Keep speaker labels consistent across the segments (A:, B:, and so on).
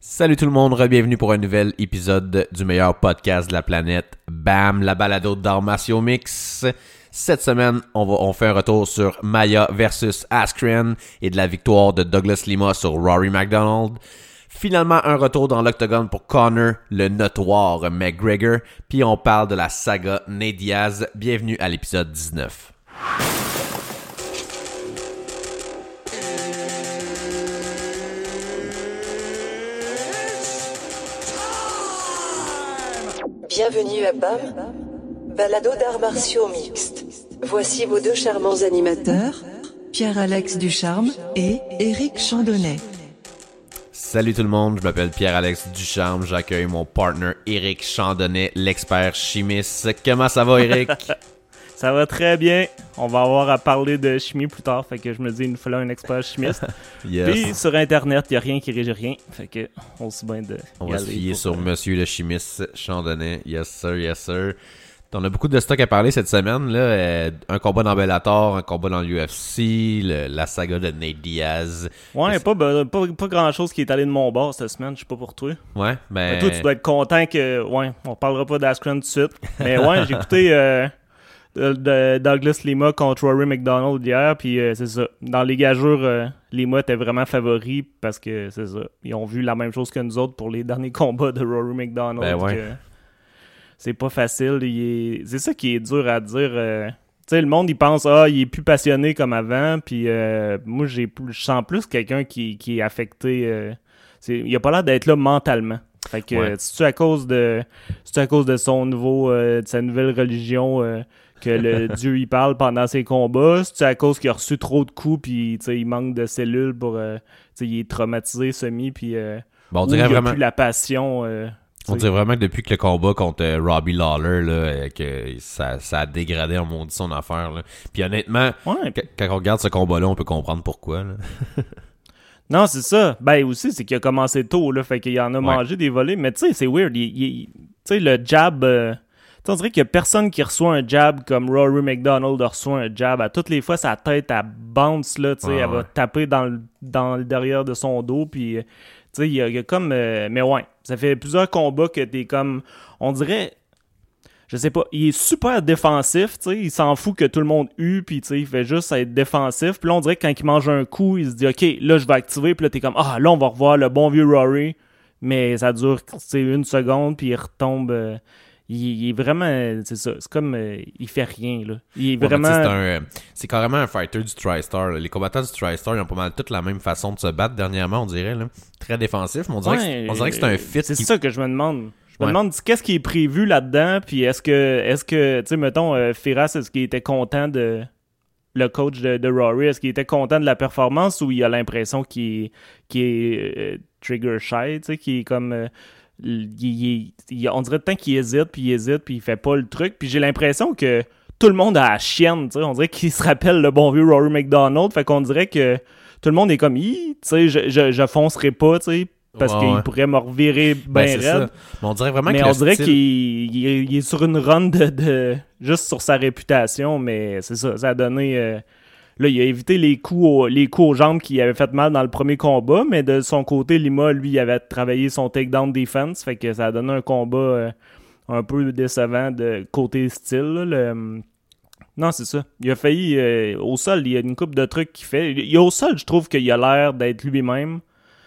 A: Salut tout le monde, bienvenue pour un nouvel épisode du meilleur podcast de la planète, BAM, la balado d'arts martiaux mix. Cette semaine, on fait un retour sur Maia versus Askren et de la victoire de Douglas Lima sur Rory MacDonald. Finalement, un retour dans l'octogone pour Conor, le notoire McGregor, puis on parle de la saga Nate Diaz. Bienvenue à l'épisode 19.
B: Bienvenue à BAM, balado d'arts martiaux mixtes. Voici vos deux charmants animateurs, Pierre-Alex Ducharme et Éric Chandonnet.
A: Salut tout le monde, je m'appelle Pierre-Alex Ducharme, j'accueille mon partner Éric Chandonnet, l'expert chimiste. Comment ça va, Éric?
C: Ça va très bien. On va avoir à parler de chimie plus tard, fait que je me dis il nous fallait un expert chimiste.
A: Yes.
C: Puis sur Internet, il n'y a rien qui régit rien, fait que on se bien de.
A: On va se fier sur Monsieur le chimiste Chandonnet. Yes sir, yes sir. On a beaucoup de stock à parler cette semaine. Là. Un combat dans Bellator, un combat dans l'UFC, la saga de Nate Diaz.
C: Ouais, pas grand-chose qui est allé de mon bord cette semaine, je sais pas pour toi.
A: Ouais, ben...
C: Mais toi, tu dois être content que... Ouais, on parlera pas d'Askren tout de suite. Mais ouais, j'ai écouté de Douglas Lima contre Rory MacDonald hier, puis c'est ça. Dans les gageures, Lima était vraiment favori parce que c'est ça. Ils ont vu la même chose que nous autres pour les derniers combats de Rory MacDonald.
A: Ben ouais.
C: C'est pas facile. C'est ça qui est dur à dire. Tu sais, le monde, il pense, il est plus passionné comme avant. Puis moi, je sens plus quelqu'un qui est affecté. Il a pas l'air d'être là mentalement. Fait que c'est-tu à cause de son de sa nouvelle religion que le Dieu il parle pendant ses combats? C'est-tu à cause qu'il a reçu trop de coups puis il manque de cellules pour il est traumatisé semi puis
A: on dirait vraiment
C: plus la passion.
A: On dirait vraiment que depuis que le combat contre Robbie Lawler, là, que ça a dégradé en maudit son affaire. Là. Puis honnêtement, quand on regarde ce combat-là, on peut comprendre pourquoi. Là.
C: Non, c'est ça. Ben aussi, c'est qu'il a commencé tôt, là, fait qu'il en a mangé des volets. Mais tu sais, c'est weird. Tu sais, le jab... on dirait qu'il y a personne qui reçoit un jab comme Rory MacDonald reçoit un jab. À toutes les fois, sa tête, elle bounce, là, tu sais, elle va taper dans le derrière de son dos, puis... Tu sais, il y a comme... mais ouais, ça fait plusieurs combats que t'es comme... On dirait... Je sais pas, il est super défensif, tu sais, il s'en fout que tout le monde puis tu sais, il fait juste être défensif. Puis là, on dirait que quand il mange un coup, il se dit « OK, là, je vais activer. » Puis là, t'es comme « Ah, là, on va revoir le bon vieux Rory. » Mais ça dure, tu sais, une seconde, puis il retombe... Il est vraiment... C'est ça, c'est comme... il fait rien, là. Il est vraiment...
A: C'est carrément un fighter du TriStar. Là. Les combattants du TriStar, ils ont pas mal toute la même façon de se battre dernièrement, on dirait. Là. Très défensif, mais on dirait que c'est un fit.
C: C'est ça que je me demande. Je me demande qu'est-ce qui est prévu là-dedans, puis est-ce que tu sais, mettons, Firas, est-ce qu'il était content de... Le coach de Rory, est-ce qu'il était content de la performance ou il a l'impression qu'il est trigger shy, tu sais, qu'il est comme... on dirait tant qu'il hésite, puis il fait pas le truc. Puis j'ai l'impression que tout le monde a la chienne, tu sais. On dirait qu'il se rappelle le bon vieux Rory MacDonald. Fait qu'on dirait que tout le monde est comme, tu sais, je foncerai pas, tu sais, parce qu'il pourrait me revirer bien raide. Ça.
A: Mais on dirait vraiment
C: qu'il est sur une run de juste sur sa réputation, mais c'est ça. Ça a donné... Là, il a évité les coups aux jambes qui avaient fait mal dans le premier combat, mais de son côté, Lima, lui, il avait travaillé son takedown defense, fait que ça a donné un combat un peu décevant de côté style. Là, Non, c'est ça. Il a failli... au sol, il y a une couple de trucs qu'il fait. Au sol, je trouve qu'il a l'air d'être lui-même,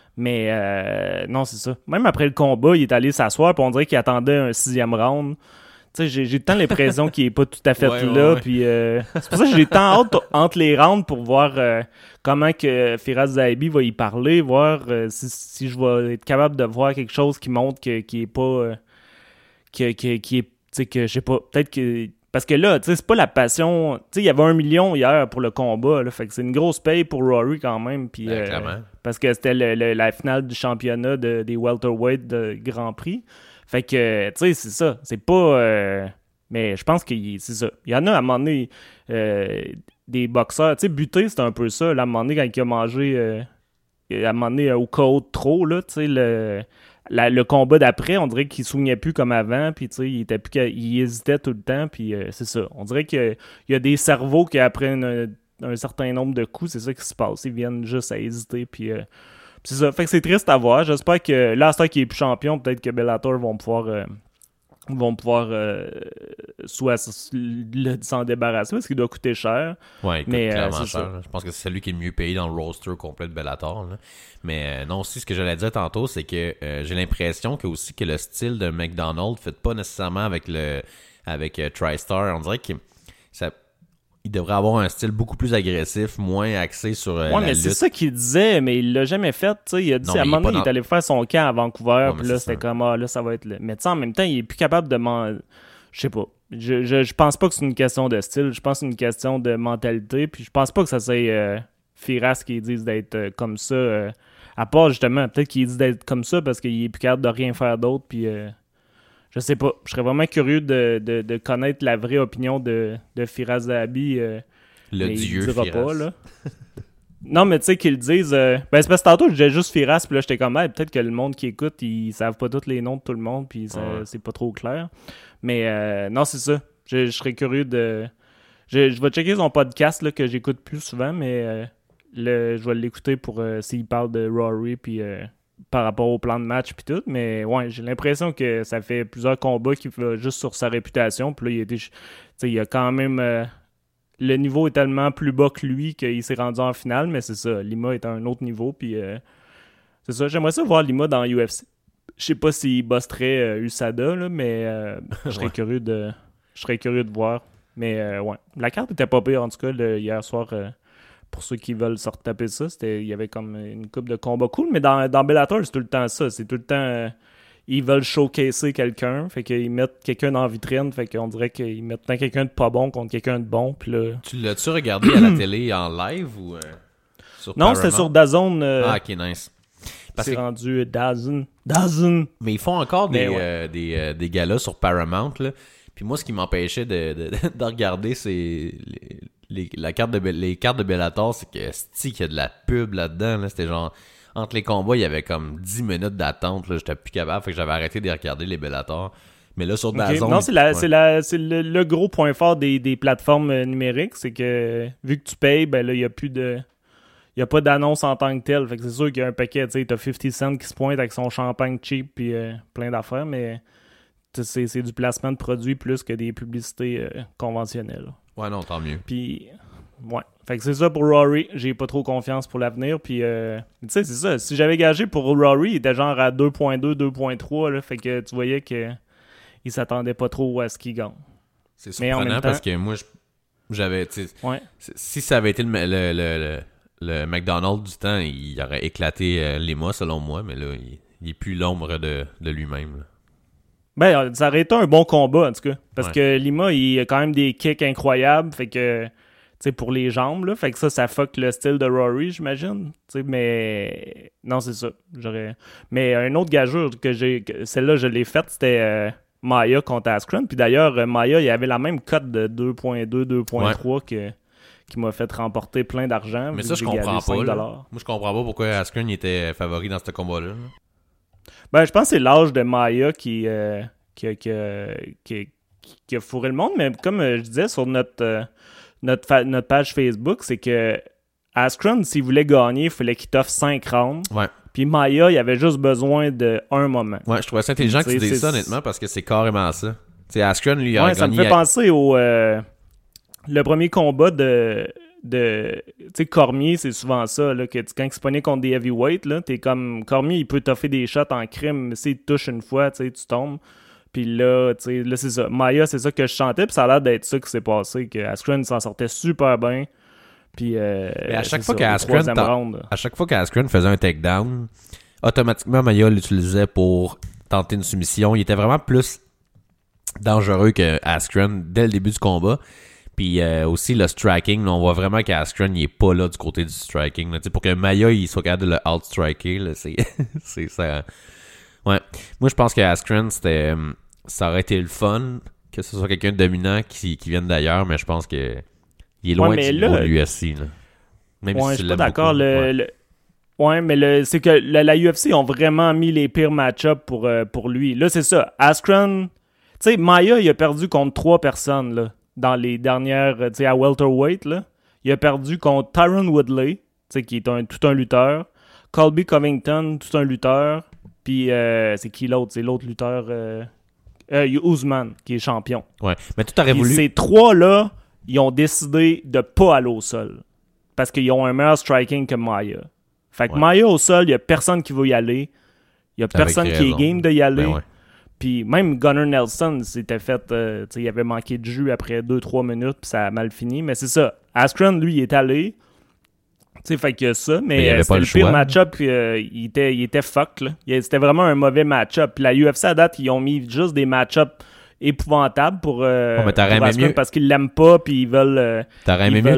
C: mais non, c'est ça. Même après le combat, il est allé s'asseoir, puis on dirait qu'il attendait un 6e round. Tu sais, j'ai tant l'impression qu'il est pas tout à fait là, puis c'est pour ça que j'ai tant hâte entre les rounds pour voir comment que Firas Zahabi va y parler, voir si je vais être capable de voir quelque chose qui montre qu'il est pas qui est, tu sais, que je sais pas, peut-être que parce que là, tu sais, c'est pas la passion, tu sais, il y avait 1 million hier pour le combat, là, fait que c'est une grosse paye pour Rory quand même, puis parce que c'était la finale du championnat des welterweight de Grand Prix. Fait que, tu sais, c'est ça. C'est pas... mais je pense que c'est ça. Il y en a, à un moment donné, des boxeurs... Tu sais, Buté, c'était un peu ça. Là, à un moment donné, quand il a mangé... à un moment donné, au côte trop, là, tu sais, le combat d'après, on dirait qu'il ne soignait plus comme avant. Puis, tu sais, il hésitait tout le temps. Puis, c'est ça. On dirait qu'il y a des cerveaux qui, après un certain nombre de coups, c'est ça qui se passe. Ils viennent juste à hésiter. Puis c'est ça. Fait que c'est triste à voir. J'espère que là, à ce temps qu'il est plus champion, peut-être que Bellator vont pouvoir soit s'en débarrasser parce qu'il doit coûter cher.
A: Ouais, il coûte
C: mais
A: clairement
C: c'est
A: cher.
C: ça.
A: Je pense que c'est celui qui est le mieux payé dans le roster complet de Bellator. Là. Mais non, aussi, ce que j'allais dire tantôt, c'est que j'ai l'impression que aussi que le style de McDonald ne fit pas nécessairement avec TriStar. On dirait qu'il devrait avoir un style beaucoup plus agressif, moins axé sur la
C: mais
A: lutte.
C: c'est ça qu'il disait, mais il l'a jamais fait. T'sais. Il a dit
A: Non,
C: à un
A: mais
C: moment donné, il est allé faire son camp à Vancouver,
A: Ouais,
C: puis là, c'était comme, là, ça va être... Mais tu sais, en même temps, il est plus capable de... Je sais pas. Je pense pas que c'est une question de style. Je pense que c'est une question de mentalité. Puis je pense pas que ça soit Firas qui disent d'être comme ça. À part, justement, peut-être qu'il dit d'être comme ça parce qu'il est plus capable de rien faire d'autre. Puis je sais pas. Je serais vraiment curieux de connaître la vraie opinion de Firas Zahabi.
A: Le
C: mais
A: dieu
C: il dira
A: Firas.
C: pas, là. Non, mais tu sais qu'ils le disent... c'est parce que tantôt, je disais juste Firas, puis là, j'étais comme, peut-être que le monde qui écoute, ils savent pas tous les noms de tout le monde, puis c'est pas trop clair. Mais non, c'est ça. Je serais curieux de... Je vais checker son podcast, là, que j'écoute plus souvent, mais je vais l'écouter pour s'il parle de Rory, puis par rapport au plan de match, puis tout. Mais ouais, j'ai l'impression que ça fait plusieurs combats qu'il va juste sur sa réputation, puis là, il a quand même... le niveau est tellement plus bas que lui qu'il s'est rendu en finale, mais c'est ça. Lima est à un autre niveau, puis c'est ça. J'aimerais ça voir Lima dans UFC. Je sais pas s'il bosserait USADA, là, mais je serais curieux de voir. Mais ouais, la carte était pas pire, en tout cas, hier soir. Pour ceux qui veulent se retaper ça, il y avait comme une coupe de combats cool, mais dans Bellator, c'est tout le temps ça. C'est tout le temps... ils veulent showcaser quelqu'un, fait qu'ils mettent quelqu'un en vitrine, fait qu'on dirait qu'ils mettent tant quelqu'un de pas bon contre quelqu'un de bon, puis là...
A: Tu l'as-tu regardé à la télé en live ou sur
C: Non,
A: Paramount?
C: c'était sur DAZN.
A: Ok, nice.
C: C'est rendu DAZN.
A: Mais ils font encore
C: Mais
A: des galas sur Paramount, là. Puis moi, ce qui m'empêchait de regarder, c'est les cartes de Bellator, c'est que qu'il y a de la pub là-dedans, là. C'était genre... Entre les combats, il y avait comme 10 minutes d'attente, là. J'étais plus capable, fait que j'avais arrêté de regarder les Bellator. Mais là, sur DAZN...
C: Non, c'est le gros point fort des plateformes numériques, c'est que vu que tu payes, ben là, il y a plus de... Il n'y a pas d'annonce en tant que telle. Fait que c'est sûr qu'il y a un paquet, tu sais, t'as 50 Cent qui se pointe avec son champagne cheap puis plein d'affaires, mais c'est du placement de produits plus que des publicités conventionnelles.
A: Ouais, non, tant mieux.
C: Puis, ouais. Fait que c'est ça pour Rory. J'ai pas trop confiance pour l'avenir. Puis, tu sais, c'est ça. Si j'avais gagé pour Rory, il était genre à 2.2, 2.3. Là, fait que tu voyais qu'il s'attendait pas trop à ce qu'il gagne.
A: C'est surprenant parce que moi, j'avais...
C: Ouais.
A: Si ça avait été le McDonald's du temps, il aurait éclaté Lima, selon moi. Mais là, il est plus l'ombre de lui-même, là.
C: Ben, ça aurait été un bon combat, en tout cas. Parce que Lima, il a quand même des kicks incroyables. Fait que, tu sais, pour les jambes, là. Fait que ça fuck le style de Rory, j'imagine. Tu sais, mais... Non, c'est ça. Mais un autre gageure celle-là, je l'ai faite, c'était Maya contre Askren. Puis d'ailleurs, Maya, il avait la même cote de 2.2, 2.3 qui m'a fait remporter plein d'argent.
A: Mais ça, je comprends pas. Moi, je comprends pas pourquoi Askren était favori dans ce combat-là.
C: Ben, je pense que c'est l'âge de Maya qui a fourré le monde, mais comme je disais sur notre page Facebook, c'est que Askren, s'il voulait gagner, il fallait qu'il t'offre 5 rounds. Ouais. Puis Maya, il avait juste besoin de un moment. Ouais,
A: je trouvais ça intelligent que tu dises ça, honnêtement, parce que c'est carrément ça. Tu sais, Askren, lui, il a gagné...
C: ça me fait penser au... le premier combat de tu sais, Cormier, c'est souvent ça, là, que quand il se pogné contre des heavyweights, là, t'es comme, Cormier, il peut t'offrir des shots en crime, mais s'il te touche une fois, tu sais, tu tombes. Puis là, tu sais, là, c'est ça. Maya, c'est ça que je chantais, puis ça a l'air d'être ça qui s'est passé, que Askren s'en sortait super bien. Puis,
A: à chaque fois qu'Askren faisait un takedown, automatiquement, Maya l'utilisait pour tenter une soumission. Il était vraiment plus dangereux que Askren dès le début du combat. Puis aussi le striking, là, on voit vraiment qu'Askren il est pas là du côté du striking. Là. Pour que Maya il soit capable de le out-striker, là, c'est ça. Ouais. Moi je pense qu'Askren ça aurait été le fun que ce soit quelqu'un de dominant qui vienne d'ailleurs, mais je pense que il est loin du niveau de l'UFC. Là. Même si
C: je suis pas d'accord. Mais c'est que la UFC ont vraiment mis les pires match-ups pour lui. Là, c'est ça. Askren, tu sais, Maya, il a perdu contre 3 personnes, là. Dans les dernières, tu sais, à welterweight, là. Il a perdu contre Tyron Woodley, tu sais, qui est tout un lutteur, Colby Covington, tout un lutteur. Puis c'est qui l'autre? C'est l'autre lutteur... Usman, qui est champion.
A: Ouais, mais tout aurait voulu...
C: Ces trois-là, ils ont décidé de pas aller au sol. Parce qu'ils ont un meilleur striking que Maia. Fait que Maia au sol, il y a personne qui veut y aller. Il y a personne qui est game de y aller. Puis même Gunnar Nelson s'était fait... il avait manqué de jus après 2-3 minutes, puis ça a mal fini. Mais c'est ça. Askren, lui, il est allé. Fait que ça, mais c'était le pire match-up, il était fuck, là. C'était vraiment un mauvais match-up. Puis la UFC à date, ils ont mis juste des match-up épouvantables pour Askren parce qu'ils l'aiment pas, puis ils veulent...
A: T'aurais aimé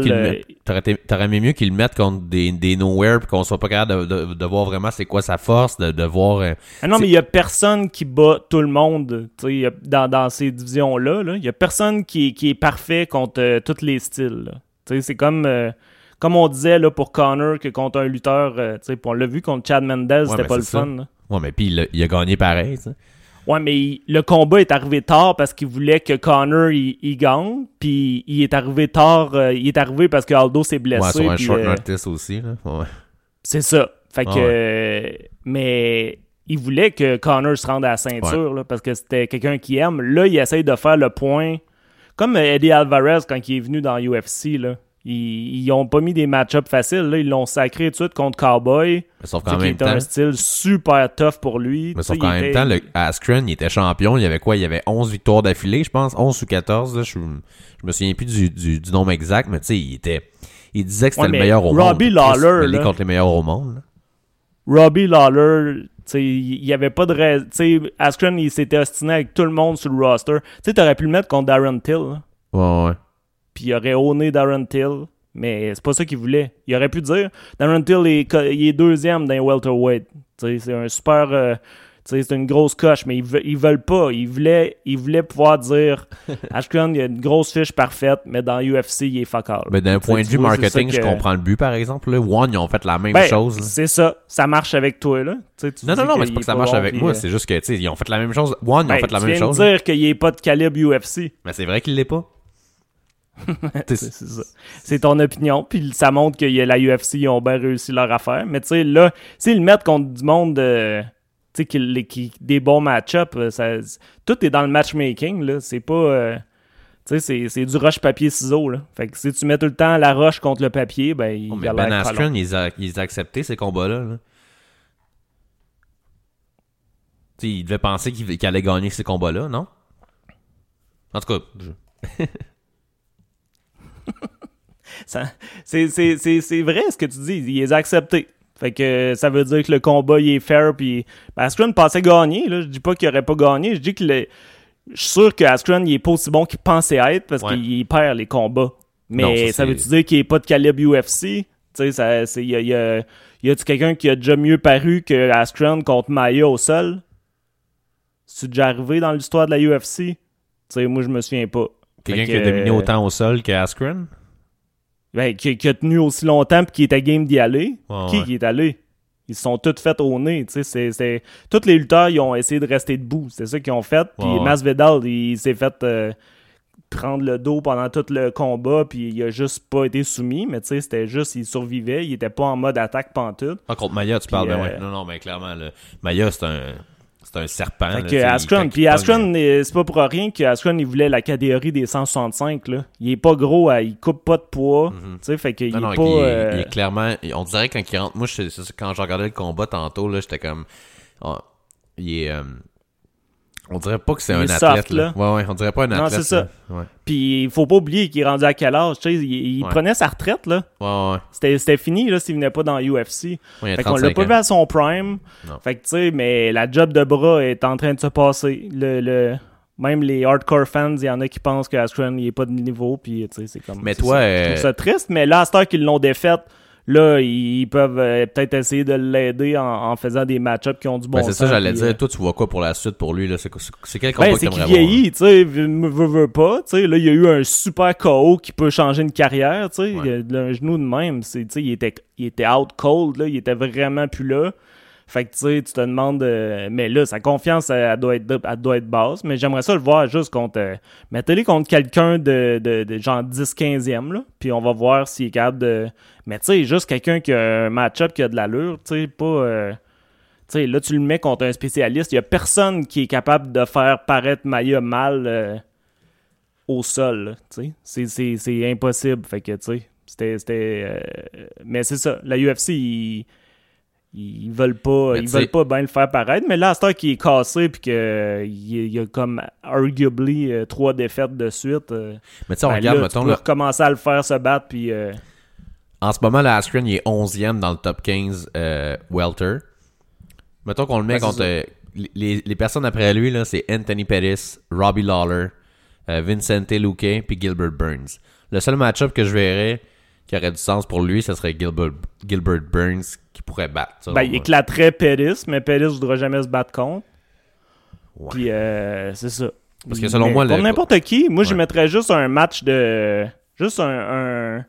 A: mieux qu'ils le mettent contre des nowhere, puis qu'on soit pas capable de voir vraiment c'est quoi sa force, de voir...
C: non, mais il y a personne qui bat tout le monde, dans ces divisions-là. Il y a personne qui est parfait contre tous les styles. C'est comme on disait là, pour Conor, que contre un lutteur, on l'a vu contre Chad Mendes, c'était pas le fun. Là.
A: Ouais, mais puis il a gagné pareil. T'sais.
C: Ouais, mais le combat est arrivé tard parce qu'il voulait que Conor il gagne, puis il est arrivé tard, il est arrivé parce que Aldo s'est blessé.
A: Ouais, sur un short notice aussi. Là. Ouais.
C: C'est ça. Fait que... mais il voulait que Conor se rende à la ceinture, là, parce que c'était quelqu'un qui aime. Là, il essaye de faire le point. Comme Eddie Alvarez, quand il est venu dans UFC, là. Ils ont pas mis des match-ups faciles, là. Ils l'ont sacré tout de suite contre Cowboy.
A: Mais sauf qu'en même temps...
C: un style super tough pour lui.
A: Mais sauf qu'en même temps, Askren, il était champion. Il y avait quoi? Il y avait 11 victoires d'affilée, je pense. 11 ou 14, là. Je me souviens plus du nombre exact, mais tu sais, il disait que c'était le meilleur au monde.
C: Robbie Lawler, là.
A: Contre les meilleurs au monde, là.
C: Robbie Lawler, il n'y avait pas de raison. Askren, il s'était ostiné avec tout le monde sur le roster. Tu t'aurais pu le mettre contre Darren Till. Là.
A: Ouais.
C: Puis il aurait honné Darren Till, mais c'est pas ça qu'il voulait. Il aurait pu dire Darren Till il est deuxième dans welterweight. C'est un super... c'est une grosse coche, mais ils veulent pas. Ils voulaient pouvoir dire Askren, il a une grosse fiche parfaite, mais dans UFC, il est fuck all.
A: Mais d'un point de vue marketing, je comprends le but, par exemple. Là. One, ils ont fait la même chose. Là.
C: C'est ça. Ça marche avec toi, là.
A: Non, mais c'est pas que ça marche avec moi. C'est juste que, ils ont fait la même chose. One, ils ont fait la même chose.
C: Tu viens de dire qu'il est pas de calibre UFC.
A: Mais c'est vrai qu'il l'est pas.
C: c'est ça. C'est ton opinion, puis ça montre que la UFC, ils ont bien réussi leur affaire. Mais tu sais, là, s'ils le mettent contre du monde... des bons match-ups, tout est dans le matchmaking, là. C'est pas... c'est du roche-papier-ciseaux, là. Fait que si tu mets tout le temps la roche contre le papier, ben, il
A: va Ben Askren, il a accepté ces combats-là, là. Il devait penser qu'il allait gagner ces combats-là, non? En tout cas...
C: c'est vrai ce que tu dis, il les a acceptés. Fait que ça veut dire que le combat il est fair, puis Askren pensait gagner, là. Je dis pas qu'il aurait pas gagné, je dis que je suis sûr que Askren il est pas aussi bon qu'il pensait être parce qu'il perd les combats. Mais non, ça veut-tu dire qu'il est pas de calibre UFC? Tu sais, y a-tu quelqu'un qui a déjà mieux paru que Askren contre Maia au sol? C'est déjà arrivé dans l'histoire de la UFC? Tu sais, moi je me souviens pas.
A: Quelqu'un qui a dominé autant au sol qu'Askren?
C: Ben, qui a tenu aussi longtemps et qui était game d'y aller. Qui est allé? Ils se sont tous fait au nez. Tous les lutteurs, ils ont essayé de rester debout. C'est ça qu'ils ont fait. Puis Masvidal, il s'est fait prendre le dos pendant tout le combat, puis il a juste pas été soumis. Mais c'était juste, il survivait. Il était pas en mode attaque pantoute.
A: Ah, contre Maia, tu parles, ben ouais. Non, mais clairement, Maia, c'est un serpent.
C: Askren, c'est pas pour rien qu'Askren il voulait la catégorie des 165 là. Il est pas gros, il coupe pas de poids. Fait qu'il est pas.
A: Il est clairement. On dirait quand il rentre. Moi, quand je regardais le combat tantôt là, j'étais comme. Il est. On dirait pas que c'est un athlète soft, là. Ouais, on dirait pas un athlète.
C: Non, c'est ça. Ouais. Puis il faut pas oublier qu'il est rendu à quel âge. Il prenait sa retraite là.
A: Ouais.
C: C'était fini là s'il venait pas dans UFC.
A: Ouais,
C: fait qu'on l'a pas vu à son prime. Non. Fait que tu sais, mais la job de bras est en train de se passer. Même les hardcore fans, il y en a qui pensent que Askren il est pas de niveau. Puis tu sais, c'est comme.
A: Mais toi,
C: je trouve ça triste. Mais là, à cette heure qu'ils l'ont défaite. Là, ils peuvent peut-être essayer de l'aider en faisant des match-ups qui ont du bon sens.
A: C'est ça, j'allais dire. Toi, tu vois quoi pour la suite pour lui? Là? C'est quel combat que t'aimerais voir?
C: C'est qu'il vieillit, tu sais, veut pas. Tu sais, là, il y a eu un super KO qui peut changer une carrière, tu sais. Un genou de même, il était out cold, là, il était vraiment plus là. Fait que tu sais, tu te demandes... mais là, sa confiance, elle doit être basse. Mais j'aimerais ça le voir juste contre... mettez-les contre quelqu'un de genre 10-15e, là. Puis on va voir s'il est capable de... Mais tu sais, juste quelqu'un qui a un match-up qui a de l'allure, tu sais, pas... tu sais, là, tu le mets contre un spécialiste. Il y a personne qui est capable de faire paraître Maia mal au sol, tu sais. C'est impossible. Fait que, tu sais, mais c'est ça. La UFC, ils veulent pas bien le faire paraître, mais là à ce temps qu'il est cassé puis qu'il y a comme arguably 3 défaites de suite,
A: mais tu sais, on regarde,
C: là,
A: mettons,
C: tu peux recommencer à le faire se battre puis
A: en ce moment, la Askren, il est 11e dans le top 15 welter. Mettons qu'on le met contre les personnes après lui, là, c'est Anthony Pettis, Robbie Lawler, Vincente Luque puis Gilbert Burns. Le seul match-up que je verrais qui aurait du sens pour lui, ce serait Gilbert Burns qui pourrait battre.
C: Il éclaterait Pettis, mais Pettis ne voudra jamais se battre contre.
A: Ouais.
C: Puis c'est ça.
A: Parce que selon moi...
C: Pour n'importe qui, moi je mettrais juste un match de... Juste un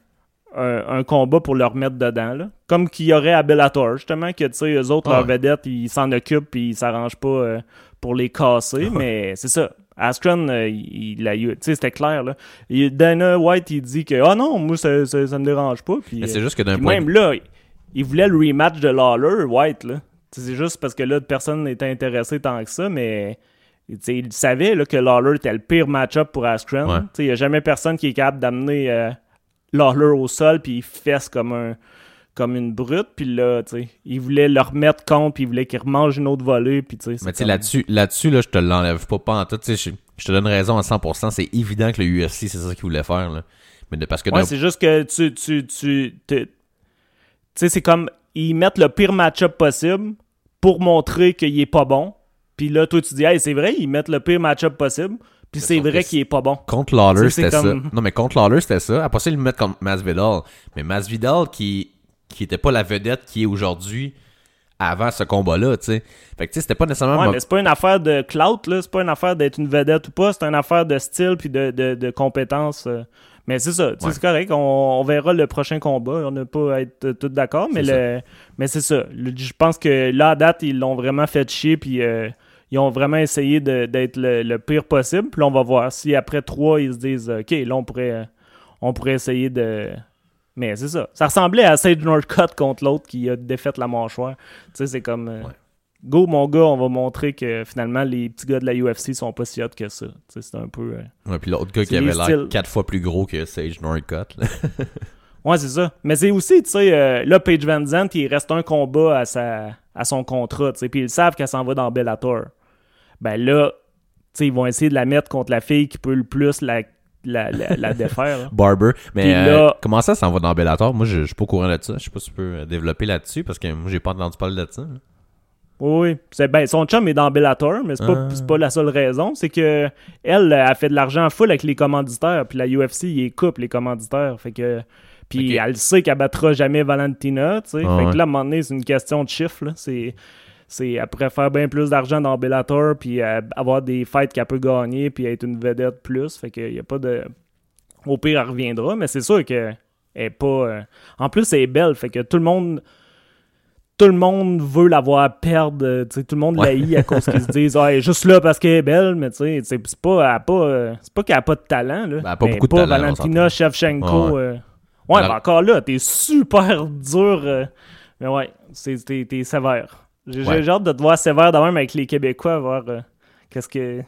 C: combat pour le remettre dedans, là. Comme qu'il y aurait à Bellator, justement, que tu sais, eux autres, leurs vedettes, ils s'en occupent puis ils s'arrangent pas pour les casser, mais c'est ça. Askren, tu sais, c'était clair, là. Dana White, il dit que « Ah non, moi, ça me dérange pas. » Puis,
A: mais c'est juste que d'un point...
C: Même là, il voulait le rematch de Lawler, White, là. T'sais, c'est juste parce que là, personne n'était intéressé tant que ça, mais... il savait là, que Lawler était le pire match-up pour Askren.
A: Ouais.
C: Il n'y a jamais personne qui est capable d'amener Lawler au sol puis il fesse comme une brute. Puis là, il voulait le remettre contre puis il voulait qu'il remange une autre volée. Puis,
A: mais comme... là-dessus, là, je te l'enlève pas en tout. Je te donne raison à 100%. C'est évident que le UFC, c'est ça qu'il voulait faire. Là. Mais parce que
C: c'est juste que tu sais, c'est comme ils mettent le pire match-up possible pour montrer qu'il est pas bon. Puis là, toi, tu dis, hey, c'est vrai, ils mettent le pire match-up possible. Puis c'est vrai qu'il est pas bon.
A: Contre Lawler, c'était
C: comme...
A: ça. Non, mais contre Lawler, c'était ça. Après ça, ils le mettent contre Masvidal. Mais Masvidal, qui était pas la vedette qui est aujourd'hui avant ce combat-là, tu sais. Fait que, tu sais, c'était pas nécessairement...
C: Ouais, mais c'est pas une affaire de clout, là. C'est pas une affaire d'être une vedette ou pas. C'est une affaire de style puis de compétences. Mais c'est ça. C'est correct. On verra le prochain combat. On n'a pas à être tous d'accord. Mais c'est ça. Je pense que là, à date, ils l'ont vraiment fait chier puis... ils ont vraiment essayé d'être le pire possible. Puis là, on va voir si après 3, ils se disent « OK, là, on pourrait essayer de... » Mais c'est ça. Ça ressemblait à Sage Northcutt contre l'autre qui a défait la mâchoire. Tu sais, c'est comme... Go, mon gars, on va montrer que finalement, les petits gars de la UFC sont pas si hot que ça. Tu sais, c'est un peu...
A: Ouais, puis l'autre gars qui avait l'air 4 fois plus gros que Sage Northcutt.
C: Ouais, c'est ça. Mais c'est aussi, tu sais, là, Paige Van Zandt, il reste un combat à son contrat, tu sais, puis ils savent qu'elle s'en va dans Bellator. Ben là, tu sais, ils vont essayer de la mettre contre la fille qui peut le plus la défaire. Là.
A: Barber. Mais
C: là,
A: comment ça s'en va dans Bellator? Moi, je suis pas au courant de ça. Je sais pas si tu peux développer là-dessus, parce que moi, j'ai pas entendu parler de ça.
C: Oui. Son chum est dans Bellator, mais c'est pas la seule raison. C'est que elle a fait de l'argent full avec les commanditaires, puis la UFC, il coupe les commanditaires. Fait que... Puis elle sait qu'elle battra jamais Valentina, tu sais. Fait que là, à un moment donné, c'est une question de chiffre, là. Elle pourrait faire bien plus d'argent dans Bellator puis avoir des fights qu'elle peut gagner puis être une vedette plus. Fait qu'il y a pas de... Au pire, elle reviendra, mais c'est sûr qu'elle est pas... En plus, elle est belle, fait que tout le monde veut la voir perdre. Tout le monde l'haït à cause qu'ils se disent « Ah, elle est juste là parce qu'elle est belle », mais c'est pas qu'elle a pas de talent. Là.
A: Ben, elle a pas beaucoup de talent.
C: Valentina Shevchenko... Ouais, ben encore là, t'es super dur. Mais ouais, t'es sévère. J'ai hâte de te voir sévère de même avec les Québécois, voir qu'est-ce que...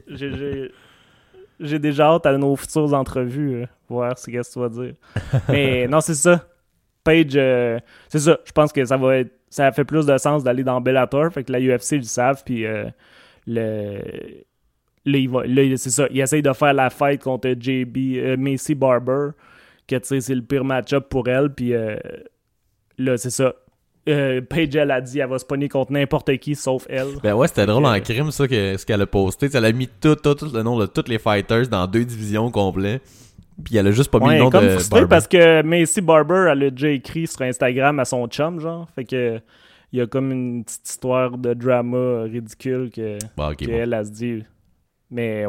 C: J'ai déjà hâte à nos futures entrevues, voir ce que tu vas dire. Mais non, c'est ça. Paige, c'est ça. Je pense que ça fait plus de sens d'aller dans Bellator, fait que la UFC, ils le savent, puis là, c'est ça. Ils essayent de faire la fight contre Macy Barber, que tu sais, c'est le pire match-up pour elle, puis là, c'est ça. Paige, elle a dit elle va se pogner contre n'importe qui sauf elle.
A: Ben ouais, c'était drôle en crime ça ce qu'elle a posté. Elle a mis tout le nom de tous les fighters dans 2 divisions complètes. Puis elle a juste pas mis le nom de Barber.
C: Parce que Macy Barber, elle a déjà écrit sur Instagram à son chum, genre. Fait que il y a comme une petite histoire de drama ridicule qu'elle a se dit. Mais ouais,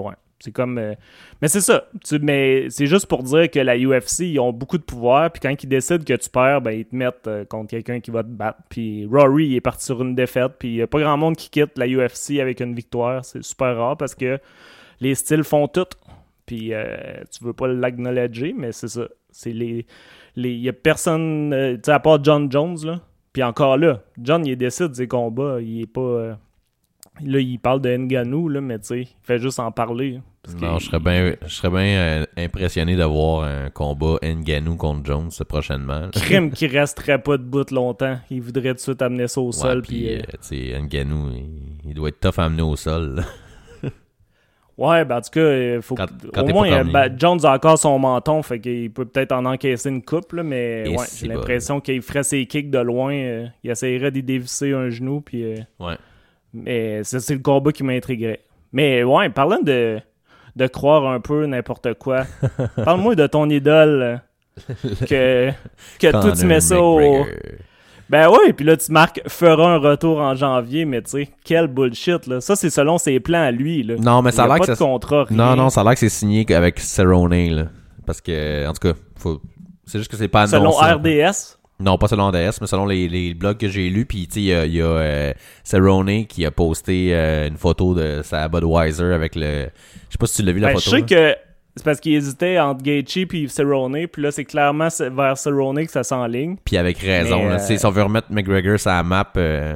C: C'est comme... Mais c'est ça. Mais c'est juste pour dire que la UFC, ils ont beaucoup de pouvoir, puis quand ils décident que tu perds, ben ils te mettent contre quelqu'un qui va te battre. Puis Rory, il est parti sur une défaite, puis il n'y a pas grand monde qui quitte la UFC avec une victoire. C'est super rare parce que les styles font tout. Puis tu veux pas l'acknowledger, mais c'est ça. Il y a personne, tu sais, à part John Jones, là. Puis encore là, John, il décide ses combats. Il est pas... là, il parle de Ngannou, là, mais tu sais, il fait juste en parler.
A: Non, je serais bien impressionné de voir un combat Ngannou contre Jones prochainement.
C: Crime qui resterait pas debout longtemps. Il voudrait tout de suite amener ça au sol.
A: Puis, tu sais, Ngannou, il doit être tough à amener au sol, là.
C: Ouais, ben en tout cas, faut au moins, Jones a encore son menton, fait qu'il peut peut-être en encaisser une coupe, là, mais ouais, j'ai l'impression qu'il ferait ses kicks de loin, il essayerait d'y dévisser un genou, puis
A: ouais.
C: Mais c'est le combat qui m'intriguerait. Mais ouais, parlant de croire un peu n'importe quoi, parle-moi de ton idole, que toi tu mets ça au... Ben oui, puis là, tu marques fera un retour en janvier, mais tu sais, quel bullshit, là. Ça, c'est selon ses plans à lui, là.
A: Non, mais ça a l'air que
C: pas de contrat, rien.
A: Non, ça a l'air que c'est signé avec Cerrone, là. Parce que, en tout cas, c'est juste que c'est pas annoncé.
C: Selon RDS?
A: Non, pas selon RDS, mais selon les blogs que j'ai lus. Puis, tu sais, il y a Cerrone qui a posté une photo de sa Budweiser avec le... Je sais pas si tu l'as vu, la photo.
C: Je sais que... C'est parce qu'il hésitait entre Gaethje puis Cerrone, puis là, c'est clairement vers Cerrone que ça s'enligne. Puis
A: avec raison, là. Si on veut remettre McGregor sur la map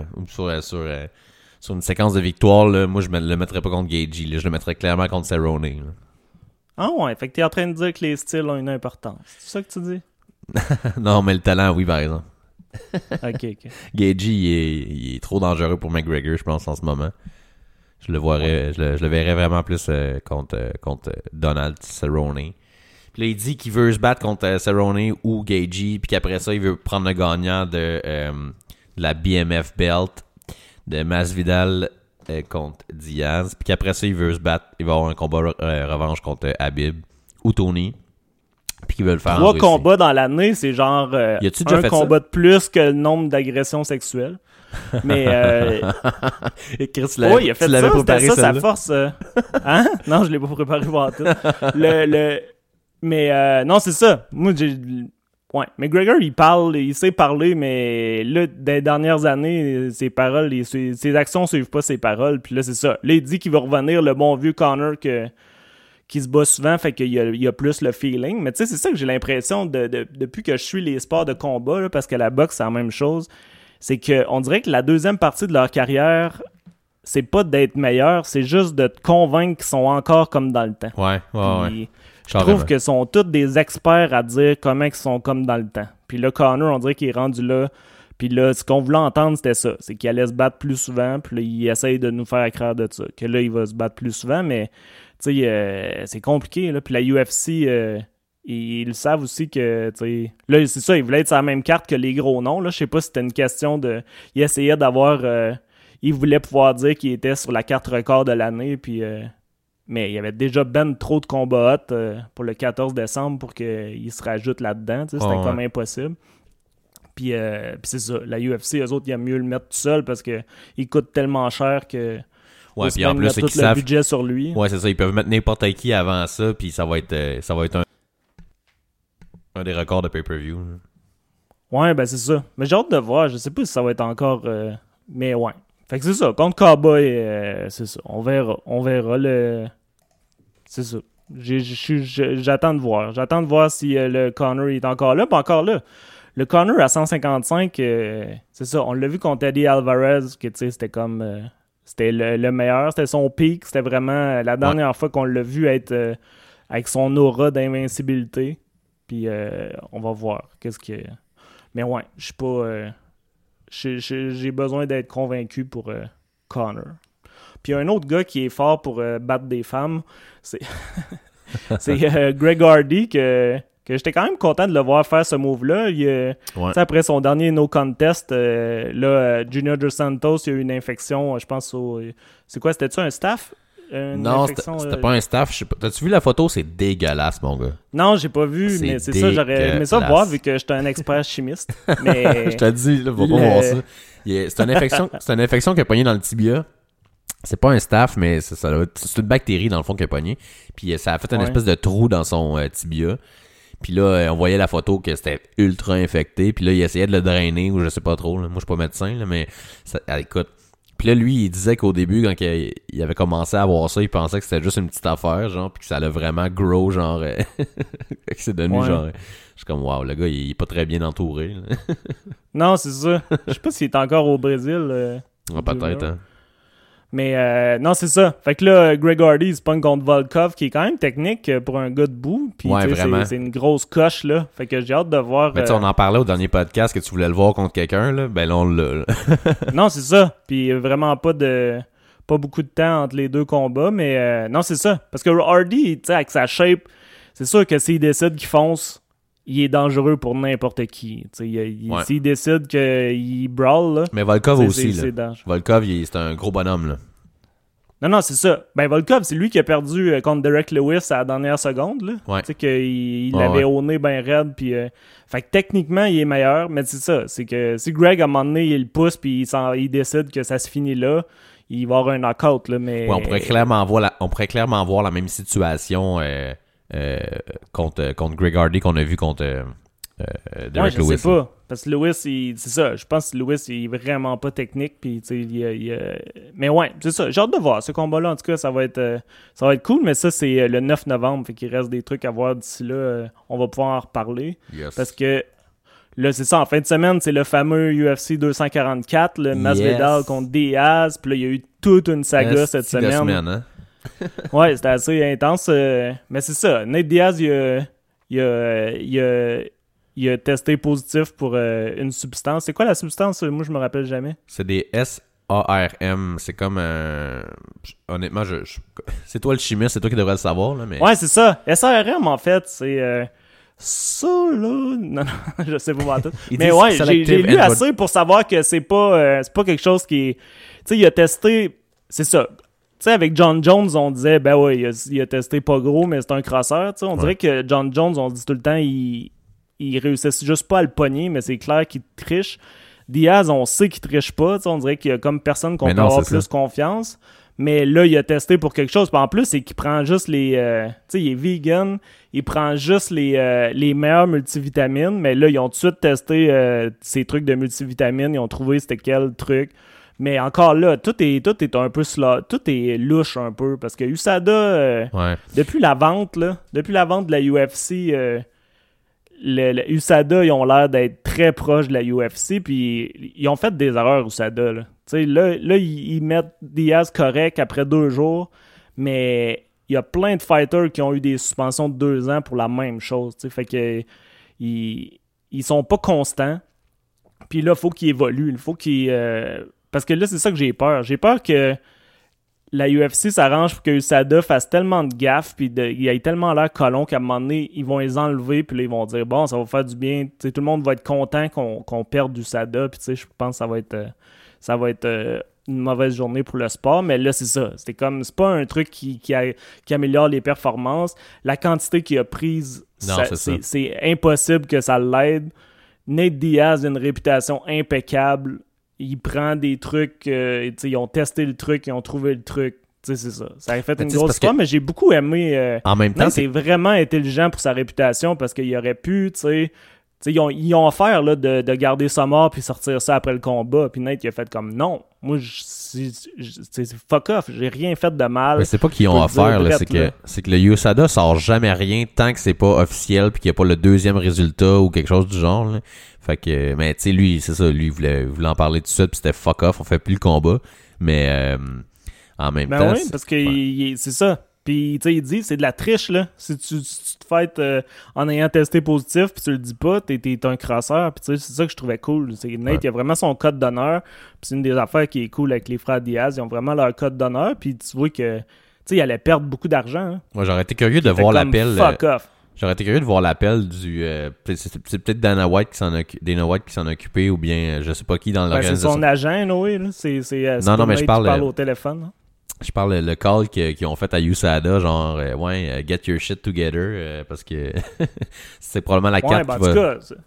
A: sur une séquence de victoire, là, moi, je le mettrais pas contre Gaethje, là. Je le mettrais clairement contre Cerrone, là.
C: Ah ouais, fait que t'es en train de dire que les styles ont une importance. C'est ça que tu dis?
A: Non, mais le talent, oui, par exemple.
C: OK.
A: Gaethje, il est trop dangereux pour McGregor, je pense, en ce moment. Je le verrais vraiment plus contre Donald Cerrone. Puis là, il dit qu'il veut se battre contre Cerrone ou Gaethje, puis qu'après ça, il veut prendre le gagnant de la BMF belt de Masvidal contre Diaz, puis qu'après ça, il veut se battre, il va avoir un combat revanche contre Habib ou Tony, puis qu'il veut le faire
C: 3 combats dans l'année, c'est genre un combat de plus que le nombre d'agressions sexuelles. Mais
A: et Chris,
C: il a fait ça, c'était ça sa force. Hein? Non, je l'ai pas préparé pour tout. Mais non, c'est ça. Moi, ouais, McGregor, il sait parler, mais là, des dernières années, ses paroles, ses actions suivent pas ses paroles. Puis là, c'est ça. Là, il dit qu'il va revenir le bon vieux Conor qui se bat souvent, fait qu'il y a plus le feeling. Mais tu sais, c'est ça que j'ai l'impression depuis que je suis les sports de combat, là, parce que la boxe, c'est la même chose. C'est qu'on dirait que la deuxième partie de leur carrière, c'est pas d'être meilleur, c'est juste de te convaincre qu'ils sont encore comme dans le temps.
A: Ouais.
C: Je trouve qu'ils sont tous des experts à dire comment ils sont comme dans le temps. Puis là, Conor, on dirait qu'il est rendu là. Puis là, ce qu'on voulait entendre, c'était ça. C'est qu'il allait se battre plus souvent. Puis là, il essaye de nous faire croire de ça. Que là, il va se battre plus souvent, mais tu sais, c'est compliqué, là. Puis la UFC... ils le savent aussi que, tu sais... Là, c'est ça, ils voulaient être sur la même carte que les gros noms, là. Je sais pas si c'était une question de... Il essayait d'avoir... il voulait pouvoir dire qu'il était sur la carte record de l'année, puis... Mais il y avait déjà ben trop de combats hot pour le 14 décembre pour qu'il se rajoute là-dedans, tu sais. C'était comme impossible. Puis c'est ça. La UFC, eux autres, ils aiment mieux le mettre tout seul parce qu'il coûte tellement cher que...
A: Ouais, puis en plus, c'est qu'ils
C: savent... le budget sur lui.
A: Ouais, c'est ça. Ils peuvent mettre n'importe qui avant ça, puis ça va être un des records de pay-per-view.
C: Ouais, ben c'est ça. Mais j'ai hâte de voir. Je sais pas si ça va être encore... Mais ouais. Fait que c'est ça. Contre Cowboy, c'est ça. On verra. C'est ça. J'attends de voir. J'attends de voir si le Conor est encore là. Pas encore là. Le Conor à 155, c'est ça. On l'a vu contre Eddie Alvarez, que tu sais, c'était comme... c'était le meilleur. C'était son pic. C'était vraiment la dernière fois qu'on l'a vu être avec son aura d'invincibilité. Puis on va voir qu'est-ce que... Mais ouais, je suis pas... j'ai besoin d'être convaincu pour Conor. Puis il y a un autre gars qui est fort pour battre des femmes. C'est Greg Hardy que j'étais quand même content de le voir faire ce move-là. Après son dernier no contest, Junior Dos Santos, il y a eu une infection, je pense c'est quoi, c'était-tu un staph?
A: Non, c'était pas un staff. Je sais pas. T'as-tu vu la photo? C'est dégueulasse, mon gars.
C: Non, j'ai pas vu, mais c'est ça, j'aurais aimé ça voir vu que j'étais un expert chimiste. Mais...
A: Je te dis, là, faut pas voir ça. C'est une infection qui a pogné dans le tibia. c'est pas un staph, mais c'est une bactérie dans le fond qui a pogné. Puis ça a fait une espèce de trou dans son tibia. Puis là, on voyait la photo que c'était ultra infecté. Puis là, il essayait de le drainer ou je sais pas trop. Là. Moi, je suis pas médecin, là, mais écoute. Puis là, lui, il disait qu'au début, quand il avait commencé à avoir ça, il pensait que c'était juste une petite affaire, genre, puis que ça allait vraiment grow, genre, que c'est devenu genre... Je suis comme, wow, le gars, il est pas très bien entouré.
C: Non, c'est ça. Je sais pas s'il est encore au Brésil.
A: Peut-être, hein.
C: Mais non, c'est ça. Fait que là, Greg Hardy, il se pogne contre Volkov, qui est quand même technique pour un gars debout. Puis c'est une grosse coche, là. Fait que j'ai hâte de voir...
A: Mais tu sais, on en parlait au dernier podcast que tu voulais le voir contre quelqu'un, là. Ben là, on l'a.
C: Non, c'est ça. Puis vraiment pas beaucoup de temps entre les deux combats. Mais non, c'est ça. Parce que Hardy, tu sais, avec sa shape, c'est sûr que s'il décide qu'il fonce, il est dangereux pour n'importe qui. S'il décide qu'il brawl, là...
A: Mais Volkov aussi, là. Volkov, c'est un gros bonhomme, là.
C: Non, c'est ça. Ben, Volkov, c'est lui qui a perdu contre Derek Lewis à la dernière seconde, là.
A: Ouais.
C: Tu sais, qu'il l'avait au nez ben raide, puis... Fait que techniquement, il est meilleur, mais c'est ça. C'est que si Greg, à un moment donné, il le pousse, puis il décide que ça se finit là, il va avoir un knockout, là, mais...
A: Ouais, on pourrait clairement voir la même situation... contre Greg Hardy qu'on a vu contre Derek Lewis.
C: Je sais pas. Parce que Lewis, c'est ça. Je pense que Lewis, il est vraiment pas technique. Puis, mais ouais, c'est ça. J'ai hâte de voir ce combat-là. En tout cas, ça va être cool. Mais ça, c'est le 9 novembre. Fait qu'il reste des trucs à voir d'ici là. On va pouvoir en reparler.
A: Yes.
C: Parce que là, c'est ça. En fin de semaine, c'est le fameux UFC 244. Le Masvidal contre Diaz. Puis là, il y a eu toute une saga cette semaine.
A: Hein?
C: Ouais, c'était assez intense. Mais c'est ça. Nate Diaz, il a testé positif pour une substance. C'est quoi la substance? Moi, je me rappelle jamais.
A: C'est des SARM. C'est comme un... Honnêtement, c'est toi le chimiste, c'est toi qui devrais le savoir. Là, mais...
C: Ouais, c'est ça. SARM, en fait, c'est... ça, là... Non, je sais pas tout. Mais ouais, j'ai lu assez pour savoir que c'est pas quelque chose qui est... Tu sais, il a testé... C'est ça. Tu sais, avec John Jones, on disait, ben ouais, il a testé pas gros, mais c'est un crosseur. Tu sais, on dirait que John Jones, on dit tout le temps, il réussit juste pas à le pogner, mais c'est clair qu'il triche. Diaz, on sait qu'il triche pas. Tu sais, on dirait qu'il y a comme personne qu'on peut avoir plus confiance. Mais là, il a testé pour quelque chose. Puis en plus, c'est qu'il prend juste les... tu sais, il est vegan. Il prend juste les meilleures multivitamines. Mais là, ils ont tout de suite testé ces trucs de multivitamines. Ils ont trouvé c'était quel truc. Mais encore là, tout est un peu tout est louche un peu parce que USADA depuis la vente de la UFC le USADA, ils ont l'air d'être très proches de la UFC puis ils ont fait des erreurs USADA là. Tu sais là ils mettent Diaz correct après 2 jours, mais il y a plein de fighters qui ont eu des suspensions de 2 ans pour la même chose, tu sais, fait que ils sont pas constants. Puis là, faut qu'ils évoluent, il faut qu'ils parce que là, c'est ça que j'ai peur. J'ai peur que la UFC s'arrange pour que USADA fasse tellement de gaffes puis il ait tellement l'air colon qu'à un moment donné, ils vont les enlever puis là, ils vont dire bon, ça va faire du bien. T'sais, tout le monde va être content qu'on perde USADA puis tu sais, je pense que ça va être une mauvaise journée pour le sport. Mais là, c'est ça. C'est pas un truc qui améliore les performances. La quantité qu'il a prise, c'est impossible que ça l'aide. Nate Diaz a une réputation impeccable. Il prend des trucs, ils ont testé le truc, ils ont trouvé le truc. C'est ça. Ça a fait une grosse histoire, mais j'ai beaucoup aimé.
A: En même temps,
C: c'est vraiment intelligent pour sa réputation parce qu'il aurait pu, ils ont offert là, de garder ça mort puis sortir ça après le combat. Puis Nate, il a fait comme non. Moi, c'est fuck off. J'ai rien fait de mal.
A: Mais c'est pas qu'ils ont offert, là, c'est que le USADA sort jamais rien tant que c'est pas officiel puis qu'il n'y a pas le deuxième résultat ou quelque chose du genre. Là. Fait que, mais tu sais, lui, c'est ça, lui, il voulait en parler tout de suite, puis c'était fuck off, on fait plus le combat. Mais en même temps.
C: Oui, parce que c'est ça. Puis, tu sais, il dit, c'est de la triche, là. Si tu te fêtes en ayant testé positif, puis tu le dis pas, t'es un crosseur. Puis, tu sais, c'est ça que je trouvais cool. C'est Nate, il a vraiment son code d'honneur. Puis, c'est une des affaires qui est cool avec les frères Diaz. Ils ont vraiment leur code d'honneur. Puis, tu vois que, tu sais, il allait perdre beaucoup d'argent. Hein.
A: Moi, j'aurais été curieux de voir l'appel.
C: Fuck off.
A: J'aurais été curieux de voir l'appel du... c'est peut-être Dana White qui s'en a occupé ou bien je sais pas qui dans l'organisation.
C: C'est son agent, Noé. Là. C'est
A: non, mais je parle
C: au téléphone. Hein.
A: Je parle le call qu'ils ont fait à USADA, genre, get your shit together, parce que c'est probablement la carte qui va...
C: En tout cas,